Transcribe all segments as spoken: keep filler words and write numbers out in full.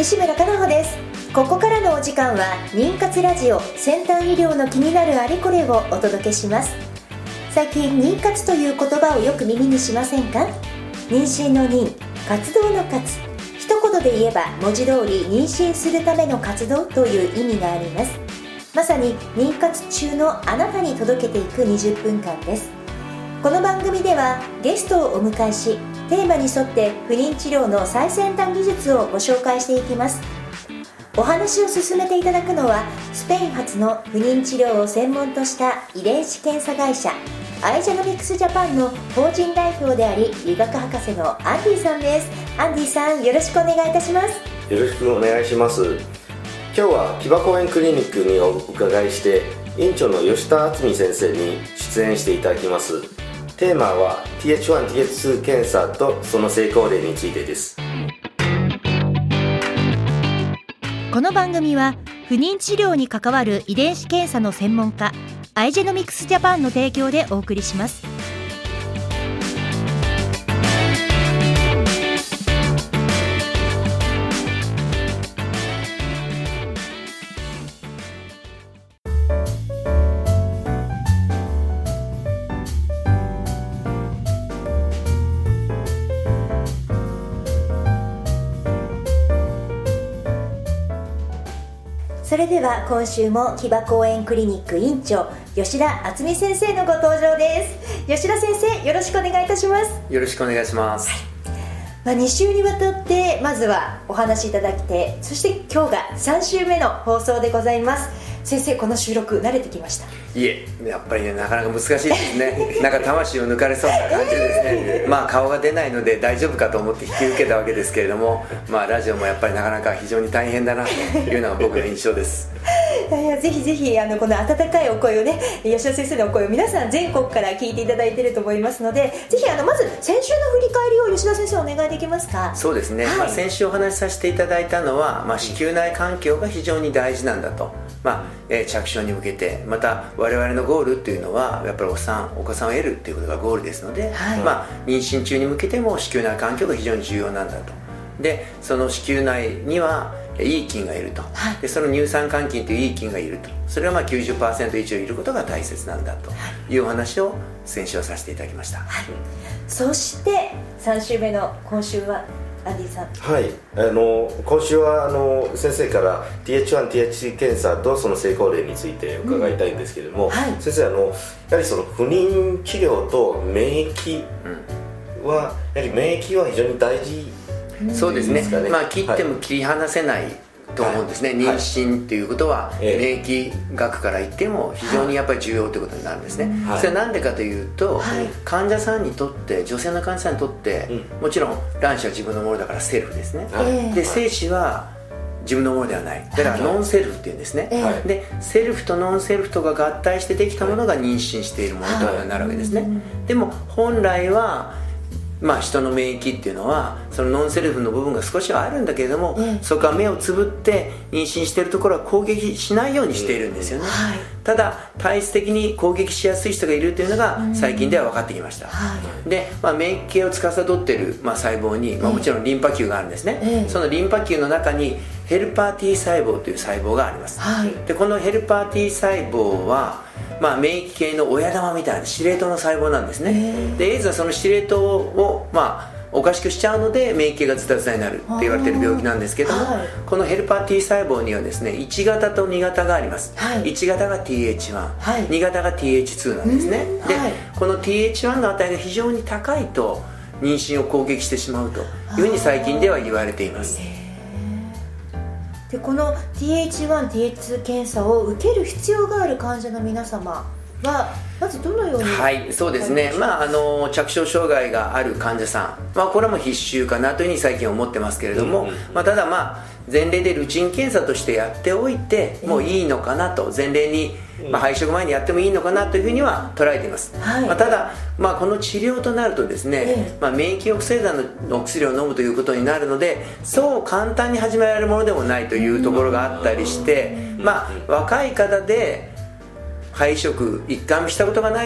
西村かなほです。ここからのお時間は妊活ラジオ、先端医療の気になるあれこれをお届けします。最近妊活という言葉をよく耳にしませんか？妊娠の妊、活動の活、一言で言えば文字通り妊娠するための活動という意味があります。まさに妊活中のあなたに届けていくにじゅっぷんかんです。この番組ではゲストをお迎えし、テーマに沿って不妊治療の最先端技術をご紹介していきます。お話を進めていただくのは、スペイン発の不妊治療を専門とした遺伝子検査会社アイジェノミクスジャパンの法人代表であり理学博士のアンディさんです。アンディさん、よろしくお願いいたします。 よろしくお願いします。今日は木場公園クリニックにお伺いして、院長の吉田敦美先生に出演していただきます。テーマは ティーエイチワン、ティーエイチツー 検査とその成功例についてです。 この番組は不妊治療に関わる遺伝子検査の専門家アイジェノミクスジャパンの提供でお送りします。 それでは今週も木場公園クリニック院長吉田敦美先生のご登場です。吉田先生、よろしくお願いいたします。 よろしくお願いします。 はい、まあ、に週にわたってまずはお話しいただきて、そして今日がさん週目の放送でございます。先生、この収録慣れてきました？ いえ、やっぱりね、なかなか難しいですね。なんか魂を抜かれそうな感じでですね、えー、まあ顔が出ないので大丈夫かと思って引き受けたわけですけれども、まあラジオもやっぱりなかなか非常に大変だなというのが僕の印象です。 いやいや、ぜひぜひあのこの温かいお声をね、吉田先生のお声を皆さん全国から聞いていただいていると思いますので、ぜひあのまず先週の振り返りを吉田先生お願いできますか？ そうですね、はい、まあ、先週お話しさせていただいたのは、まあ、子宮内環境が非常に大事なんだと、まあえー、着床に向けて、また我々のゴールっていうのはやっぱりお産お子さんを得るっていうことがゴールですので、はい、まあ、妊娠中に向けても子宮内環境が非常に重要なんだと。でその子宮内にはいい菌がいると、はい、でその乳酸桿菌といういい菌がいると、それはまあ きゅうじゅっパーセント 以上いることが大切なんだというお話を先週はさせていただきました。はい、 そしてさん週目の今週はアンディさん。 はい、あの今週はあの先生から ティーエイチワン、ティーエイチツー 検査とその成功例について伺いたいんですけれども、うん、はい、先生、あのやはりその不妊治療と免疫は、うん、やはり免疫は非常に大事。 そうですね、まあ、切っても切り離せないと思うんですね、はい、妊娠ということは、はい、免疫学から言っても非常にやっぱり重要ということになるんですね、はい、それは何でかというと、はい、患者さんにとって、女性の患者さんにとって、うん、もちろん卵子は自分のものだからセルフですね、はい、で精子は自分のものではない、だからノンセルフっていうんですね、はい、でセルフとノンセルフとが合体してできたものが妊娠しているものとなるわけですね、はい、でも本来はまあ、人の免疫っていうのはそのノンセルフの部分が少しはあるんだけれども、うん、そこは目をつぶって妊娠しているところは攻撃しないようにしているんですよね、うん、はい、ただ体質的に攻撃しやすい人がいるというのが最近では分かってきました、うん、はい、で、まあ、免疫系を司っている、まあ、細胞に、まあ、もちろんリンパ球があるんですね、うん、そのリンパ球の中にヘルパー T 細胞という細胞があります、はい、でこのヘルパー T 細胞はまあ、免疫系の親玉みたいな司令塔の細胞なんですね。でエイズはその司令塔を、まあ、おかしくしちゃうので免疫系がズタズタになるって言われている病気なんですけども、はい、このヘルパー T 細胞にはですねいち型とに型があります、はい、いち型が ティーエイチワン、はい、に型が ティーエイチツー なんですね、で、はい、この ティーエイチワン の値が非常に高いと妊娠を攻撃してしまうというふうに最近では言われています。 でこの ティーエイチワン、ティーエイチツー 検査を受ける必要がある患者の皆様はまずどのように？ はい、そうですね、まあ、あの着床障害がある患者さん、まあ、これも必修かなというふうに最近思ってますけれども、うんうん、まあ、ただまあ前例でルーチン検査としてやっておいてもういいのかなと、前例に、まあ、配食前にやってもいいのかなというふうには捉えています、はい、まあ、ただ、まあ、この治療となるとですね、まあ、免疫抑制剤のお薬を飲むということになるのでそう簡単に始められるものでもないというところがあったりして、まあ、若い方で配食いっかいもしたことがない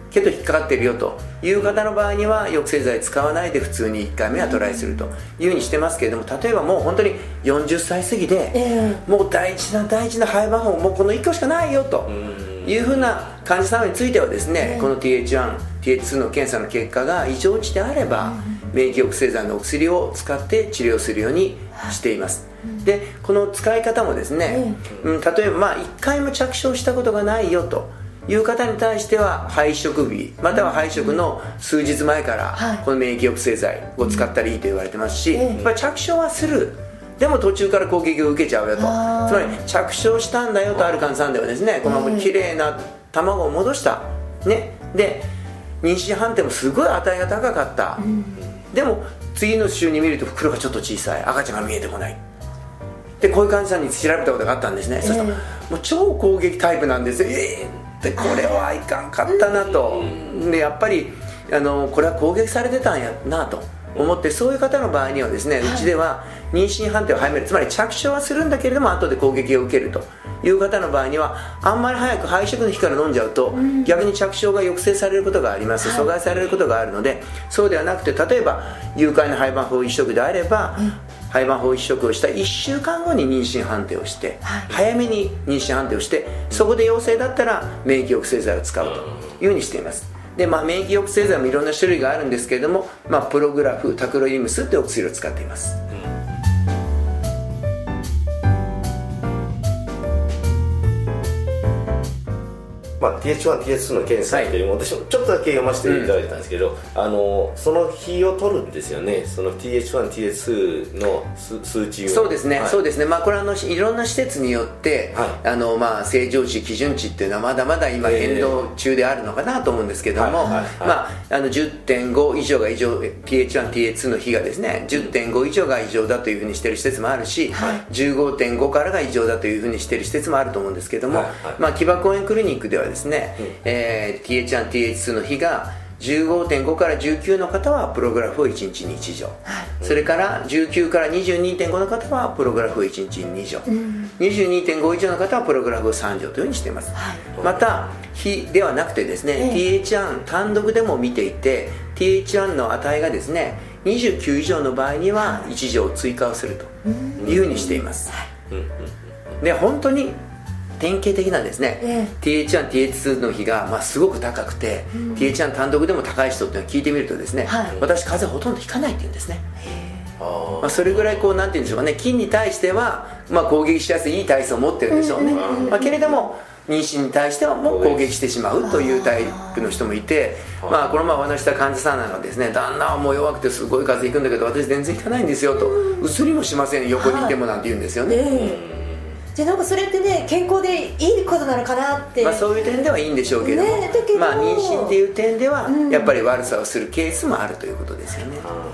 けど引っかかってるよという方の場合には抑制剤使わないで普通にいっかいめはトライするというふうにしてますけれども、例えばもう本当によんじゅっさい過ぎで、えー、もう大事な大事な肺盤法もうこのいっこしかないよというふうな患者様についてはですね、えー、この ティーエイチワン、ティーエイチツー の検査の結果が異常値であれば、免疫抑制剤のお薬を使って治療するようにしています。でこの使い方もですね、うん、例えばまあいっかいも着床したことがないよという方に対しては肺移植日または肺移植の数日前からこの免疫抑制剤を使ったらいいと言われてますし、やっぱり着床はする、でも途中から攻撃を受けちゃうよと、つまり着床したんだよとある患者さんではですね、この綺麗な卵を戻したね、で妊娠判定もすごい値が高かった、でも次の週に見ると袋がちょっと小さい、赤ちゃんが見えてこないで、こういう患者さんに調べたことがあったんですね、えー、そしたらもう超攻撃タイプなんですよ。えー、でこれはいかんかったなと、でやっぱりあのこれは攻撃されてたんやなと思って、そういう方の場合にはですね、うちでは妊娠判定を早める、つまり着床はするんだけれども後で攻撃を受けるという方の場合には、あんまり早く肺移植の日から飲んじゃうと、うん、逆に着床が抑制されることがあります、阻害されることがあるので、そうではなくて、例えば有効な肺盤法移植であれば、うん、肺盤法移植をしたいっしゅうかんごに妊娠判定をして、はい、早めに妊娠判定をして、そこで陽性だったら免疫抑制剤を使うというふうにしています。で、まあ、免疫抑制剤もいろんな種類があるんですけれども、まあ、プログラフ、タクロイムスというお薬を使っています。 まあ、ティーエイチワン、ティーエイチツー の検査っていうのも、はい、私もちょっとだけ読ませていただいたんですけど、うん、あのその日を取るんですよね、その ティーエイチワン、ティーエイチツー の数値を。 そうですね、はい、そうですね、まあ、これはあのいろんな施設によって、はい、あのまあ、正常値、基準値っていうのはまだまだ今変動中であるのかなと思うんですけども、じゅってんご 以上が異常、ティーエイチワン、ティーエイチツー の日がですね じゅってんご 以上が異常だというふうにしている施設もあるし、はい、じゅうごてんご からが異常だというふうにしている施設もあると思うんですけども、はいはい、まあ、木場公園クリニックではですね、うん、えー、ティーエイチワン、ティーエイチツー の日がじゅうごてんご からじゅうきゅうの方はプログラフをいちにちにいち錠、はい、それからじゅうきゅうからにじゅうにてんごの方はプログラフをいちにちにに錠、うん、にじゅうにてんご 以上の方はプログラフをさん錠というふうにしています、はい、また日ではなくてですね、えー、ティーエイチワン 単独でも見ていて ティーエイチワン の値がですねにじゅうきゅう以上の場合にはいち錠追加をするというふうにしています、うん、で本当に典型的なんですね、ええ、ティーエイチワン、ティーエイチツー の日が、まあ、すごく高くて、うん、ティーエイチワン 単独でも高い人っていうのを聞いてみるとですね、はい、私風邪ほとんどひかないって言うんですね。まあ、それぐらいこうなんて言うんでしょうかね、菌に対しては、まあ、攻撃しやすいいい体質を持ってるんでしょうね、うん、まあ、けれども妊娠に対してはもう攻撃してしまうというタイプの人もいて、まあ、この前お話した患者さんなのですね、旦那はもう弱くてすごい風邪ひくんだけど私全然ひかないんですよと、うつりもしません横にいてもなんて言うんですよね、はい、 じゃあなんかそれってね健康でいいことなのかなって、 まあ、そういう点ではいいんでしょうけども、ね、だけどまあ、妊娠っていう点ではやっぱり悪さをするケースもあるということですよね、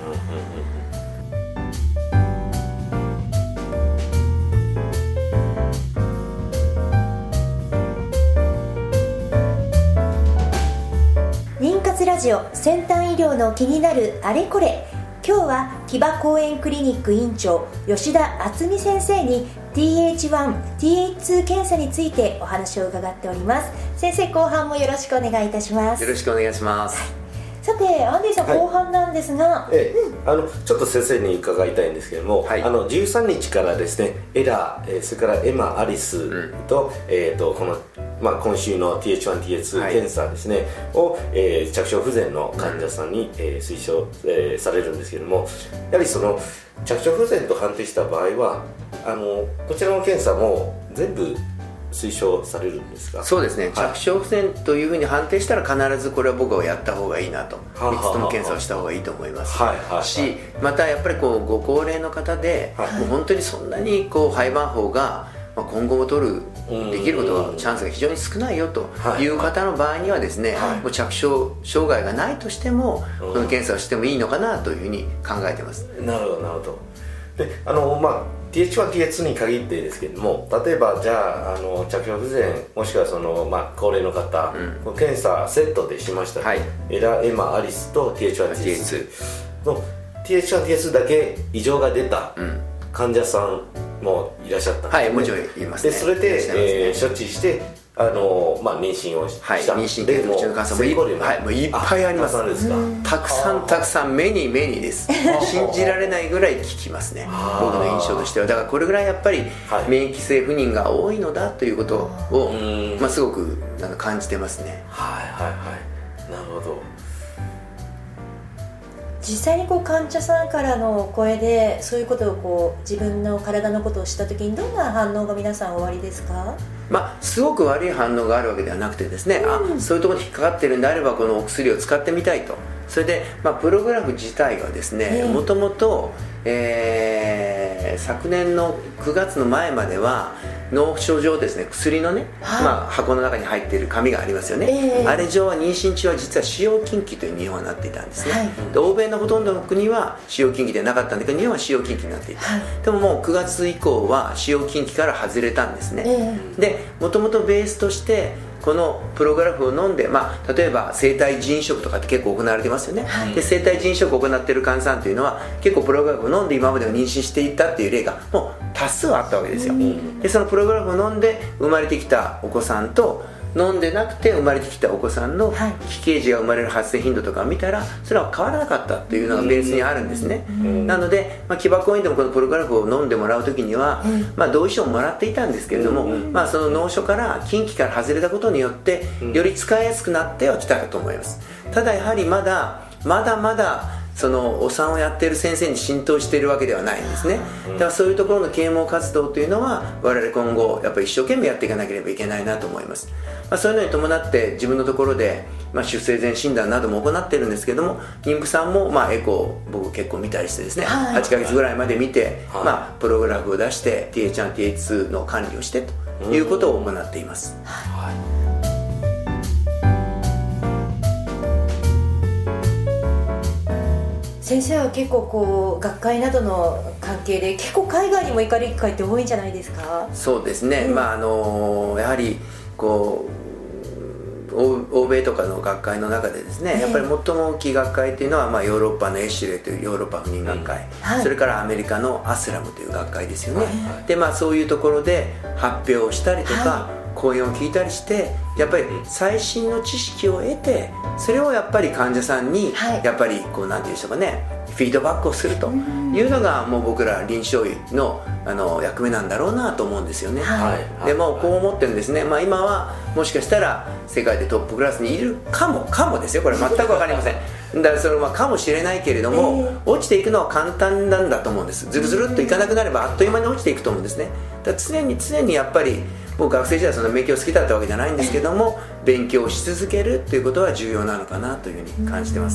妊活ラジオ先端医療の気になるあれこれ、今日は木場公園クリニック院長吉田敦美先生に ティーエイチワン、ティーエイチツー 検査についてお話を伺っております。先生、後半もよろしくお願いいたします。 よろしくお願いします、はい。 さてアンディさん、はい、後半なんですが、 ええ、うん、あのちょっと先生に伺いたいんですけども、はい、あのじゅうさんにちからですねエラー、えー、それからエマ・アリスと、うん、えー、とこの、まあ、今週の ティーエイチワン、ティーエイチツー 検査ですね、はい、を、えー、着床不全の患者さんに、うん、えー、推奨、えー、されるんですけども、やはりその着床不全と判定した場合はあのこちらの検査も全部推奨されるんですか？ そうですね、はい、着床不全というふうに判定したら必ずこれは僕はやった方がいいなと、みっつとも検査をした方がいいと思います、はいはいはい、しまたやっぱりこうご高齢の方で、はい、もう本当にそんなにこう肺盤法が今後も取るできることはチャンスが非常に少ないよという方の場合にはですね、はい、もう着床障害がないとしてもこの検査をしてもいいのかなというふうに考えてます。 なるほどなるほど。であのまあティーエイチワン、ティーエイチツー に限ってですけれども、例えばじゃあ、あの着床不全もしくはその、まあ、高齢の方、うん、検査セットでしましたと、はい、エラ、エマ、アリスと ティーエイチワン、ティーエイチツー の ティーエイチワン、ティーエイチツー だけ異常が出た患者さんもいらっしゃったんですね、 はい、もちろんいますね。 でそれで、ね、えー、処置してあのまあ、妊娠をした、 はい、妊娠系統中の感染もいっ、はい、もういっぱいあります。たくさんたくさんメニメニです信じられないぐらい効きますね僕の印象としては。だからこれぐらいやっぱり免疫性不妊が多いのだということを、まあ、すごく感じてますね。 はいはいはい、なるほど。 実際にこう患者さんからのお声でそういうことをこう自分の体のことを知った時にどんな反応が皆さんおありですか？ まあ、すごく悪い反応があるわけではなくてですね、うん、あそういうところに引っかかってるんであればこのお薬を使ってみたいと。それで、まあ、プログラフ自体はですねもともと昨年のくがつの前までは脳症状ですね薬のね、はいまあ、箱の中に入っている紙がありますよね、えー、あれ上は妊娠中は実は使用禁忌という日本はなっていたんですね、はい、で欧米のほとんどの国は使用禁忌ではなかったんだけど日本は使用禁忌になっていた、はい、でももうくがつ以降は使用禁忌から外れたんですね、えー、でもともとベースとしてこのプログラフを飲んで、まあ、例えば生体腎移植とかって結構行われてますよね、はい、で生体腎移植を行っている患者さんというのは結構プログラフを飲んで今までは妊娠していったっていう例がもう多数あったわけですよ、うん、でそのプログラフを飲んで生まれてきたお子さんと飲んでなくて生まれてきたお子さんの奇形児が生まれる発生頻度とかを見たらそれは変わらなかったっていうのがベースにあるんですね、うん、なので、まあ、木場公園でもこのプログラフを飲んでもらう時には、うんまあ、同意書をもらっていたんですけれども、うんまあ、その脳書から禁忌から外れたことによってより使いやすくなってはきたかと思います。ただやはりまだまだまだそのお産をやっている先生に浸透しているわけではないんですね。だからそういうところの啓蒙活動というのは我々今後やっぱり一生懸命やっていかなければいけないなと思います、まあ、そういうのに伴って自分のところで、まあ、出生前診断なども行っているんですけども妊婦さんもまあエコーを僕結構見たりしてですね、はい、はちかげつぐらいまで見て、はいまあ、プログラフを出して ティーエイチワン、ティーエイチツー の管理をしてということを行っています、はい先生は結構こう学会などの関係で結構海外にも行かれる機会って多いんじゃないですか？ そうですね、うんまああのやはりこう欧米とかの学会の中でですね、えー、やっぱり最も大きい学会というのは、まあ、ヨーロッパのエシュレというヨーロッパ不妊学会、うんはい、それからアメリカのアスラムという学会ですよね、はい、でまあそういうところで発表をしたりとか、はい、講演を聞いたりしてやっぱり最新の知識を得てそれをやっぱり患者さんにやっぱりこうなんていうんでしょうかねフィードバックをするというのがもう僕ら臨床医 の, あの役目なんだろうなと思うんですよね、はい、でもこう思ってるんですね、まあ、今はもしかしたら世界でトップクラスにいるかもかもですよこれ全く分かりませんだからそれはかもしれないけれども、えー、落ちていくのは簡単なんだと思うんです。ずるずるっといかなくなればあっという間に落ちていくと思うんですね。だから常に常にやっぱり僕学生時代そんな勉強好きだったわけじゃないんですけども勉強し続けるということは重要なのかなというふうに感じてます。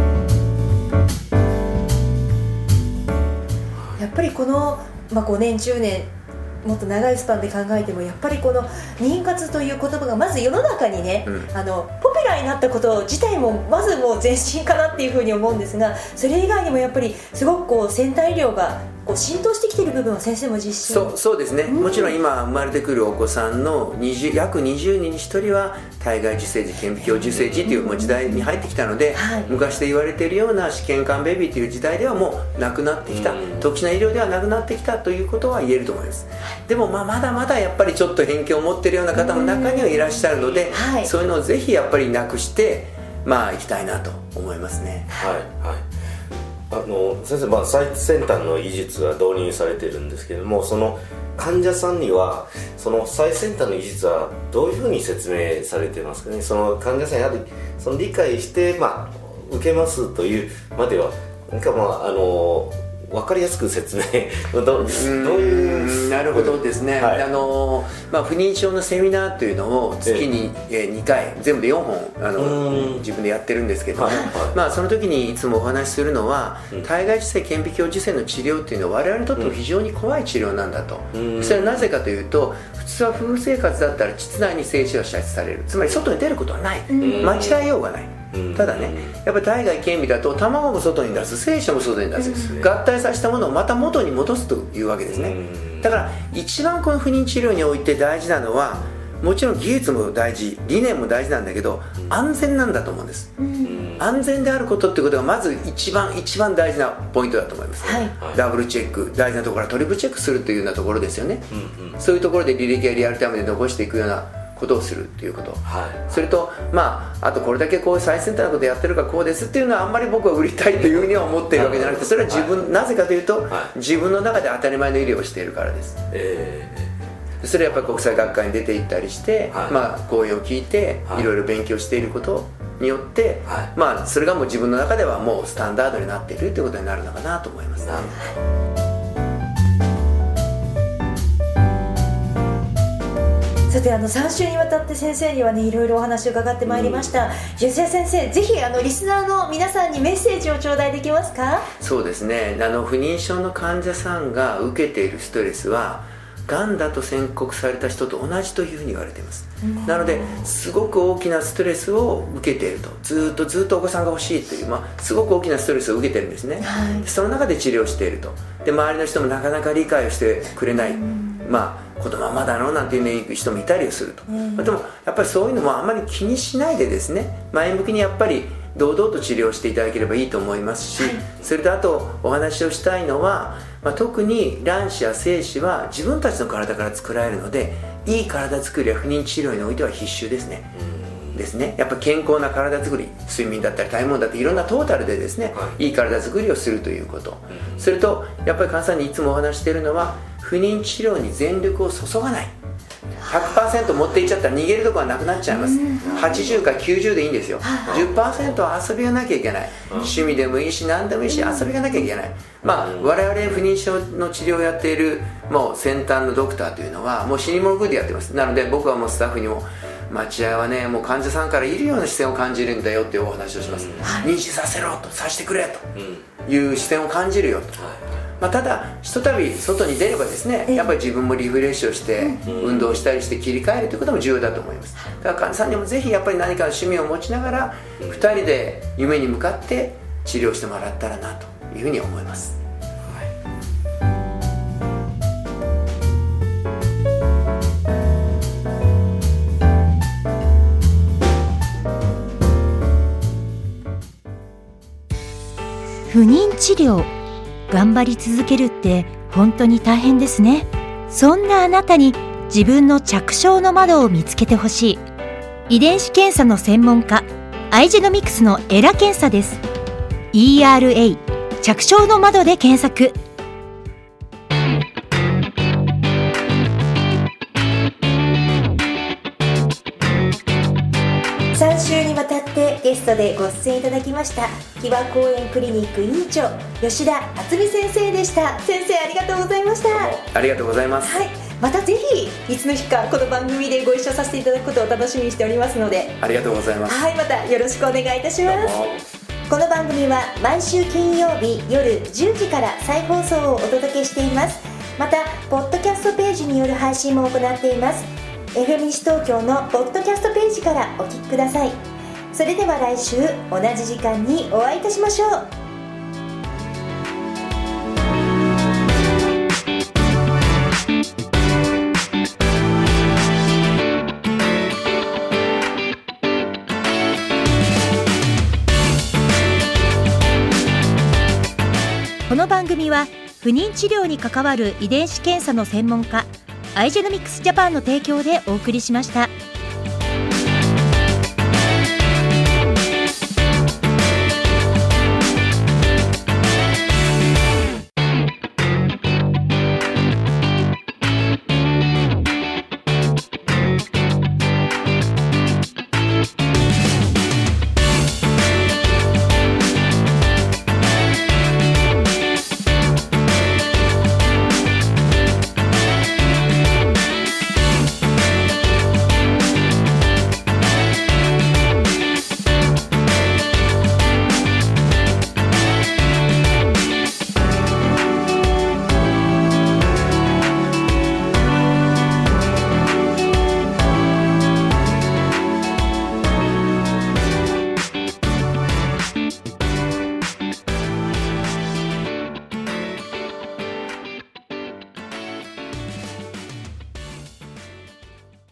やっぱりこの、まあ、ごねんじゅうねんもっと長いスパンで考えてもやっぱりこの妊活という言葉がまず世の中にね、うん、あのポピュラーになったこと自体もまずもう前進かなっていうふうに思うんですがそれ以外にもやっぱりすごくこう先端医療がこう浸透してきている部分は先生も実施そうそうですね、うん、もちろん今生まれてくるお子さんのにじゅう約にじゅうにんにひとりは体外受精児顕微鏡受精児という時代に入ってきたので、はい、昔で言われているような試験管ベビーという時代ではもうなくなってきた、うん、特殊な医療ではなくなってきたということは言えると思います。でもまあまだまだやっぱりちょっと偏見を持っているような方も中にはいらっしゃるので、はい、そういうのをぜひやっぱりなくしてまあいきたいなと思いますね。 はいはい。あの先生、まあ、最先端の技術が導入されているんですけれどもその患者さんにはその最先端の技術はどういうふうに説明されてますかね。その患者さんやはりその理解して、まあ、受けますというまではなんか、まあ、あの分かりやすく説明ど, どういうなるほどですね、はい、あのまあ、不妊症のセミナーというのを月ににかい全部でよんほんあの自分でやってるんですけども、はいはい、まあ、その時にいつもお話しするのは、うん、体外受精顕微鏡受精の治療っていうのは我々にとっても非常に怖い治療なんだと、うん、それはなぜかというと普通は夫婦生活だったら膣内に精子は射出されるつまり外に出ることはない、うん、間違えようがない。ただね、やっぱり体外顕微だと卵も外に出す精子も外に出す、うん、合体させたものをまた元に戻すというわけですね、うん、だから一番この不妊治療において大事なのはもちろん技術も大事理念も大事なんだけど、うん、安全なんだと思うんです、うん、安全であることってことがまず一番一番大事なポイントだと思います、はい、ダブルチェック大事なところからトリプルチェックするというようなところですよね、うんうん、そういうところで履歴やリアルタイムで残していくようなことをするっていうこと、はい、それとまああとこれだけこう最先端なことやってるからこうですっていうのはあんまり僕は売りたいというふうには思っているわけじゃなくて、それは自分、はい、なぜかというと、はい、自分の中で当たり前の医療をしているからです、えー、それはやっぱり国際学会に出ていったりして、はい、まあ講演を聞いて、はい、いろいろ勉強していることによって、はい、まあそれがもう自分の中ではもうスタンダードになっているということになるのかなと思います。なるほど。 さてあのさん週にわたって先生にはねいろいろお話を伺ってまいりました、うん、吉谷先生ぜひあのリスナーの皆さんにメッセージを頂戴できますか？ そうですね、あの不妊症の患者さんが受けているストレスはがんだと宣告された人と同じというふうに言われています、うん、なのですごく大きなストレスを受けていると、ずっとずっとお子さんが欲しいという、まあ、すごく大きなストレスを受けているんですね、はい、その中で治療していると、で周りの人もなかなか理解をしてくれない、うん、まあ子供はまだのなんていう人もいたりすると、うん、でもやっぱりそういうのもあんまり気にしないでですね、前向きにやっぱり堂々と治療していただければいいと思いますし、はい、それとあとお話をしたいのは、まあ、特に卵子や精子は自分たちの体から作られるので、いい体作りは不妊治療においては必修ですね、うん、ですね。やっぱ健康な体作り、睡眠だったり体毛だったりいろんなトータルでですね、はい、いい体作りをするということ、うん、それとやっぱり患者さんにいつもお話しているのは、不妊治療に全力を注がない、 ひゃくパーセント 持っていっちゃったら逃げるところはなくなっちゃいます。はちじゅうかきゅうじゅうでいいんですよ。 じゅっパーセント は遊びがなきゃいけない、趣味でもいいし何でもいいし遊びがなきゃいけない。まあ我々不妊症の治療をやっているもう先端のドクターというのはもう死に物狂いでやってます。なので僕はもうスタッフにも待合はね、もう患者さんからいるような視線を感じるんだよっていうお話をします、妊娠させろと、させてくれという視線を感じるよと、まあ、ただひとたび外に出ればですね、やっぱり自分もリフレッシュをして運動したりして切り替えるということも重要だと思います。だから患者さんにもぜひやっぱり何かの趣味を持ちながらふたりで夢に向かって治療してもらったらなというふうに思います。 不妊治療、頑張り続けるって本当に大変ですね。そんなあなたに自分の着床の窓を見つけてほしい。遺伝子検査の専門家、アイジェノミクスのエラ検査です。 イーアールエー 着床の窓で検索。 さん週にわたってゲストでご出演いただきました木場公園クリニック院長吉田敦美先生でした。先生ありがとうございました。 ありがとうございます、 はい、またぜひいつの日かこの番組でご一緒させていただくことを楽しみにしておりますので、 ありがとうございます。 はい、またよろしくお願いいたします。この番組は毎週金曜日夜じゅうじから再放送をお届けしています。またポッドキャストページによる配信も行っています。エフエム 西東京のポッドキャストページからお聞きください。それでは来週同じ時間にお会いいたしましょう。 この番組は不妊治療に関わる遺伝子検査の専門家アイジェノミクスジャパンの提供でお送りしました。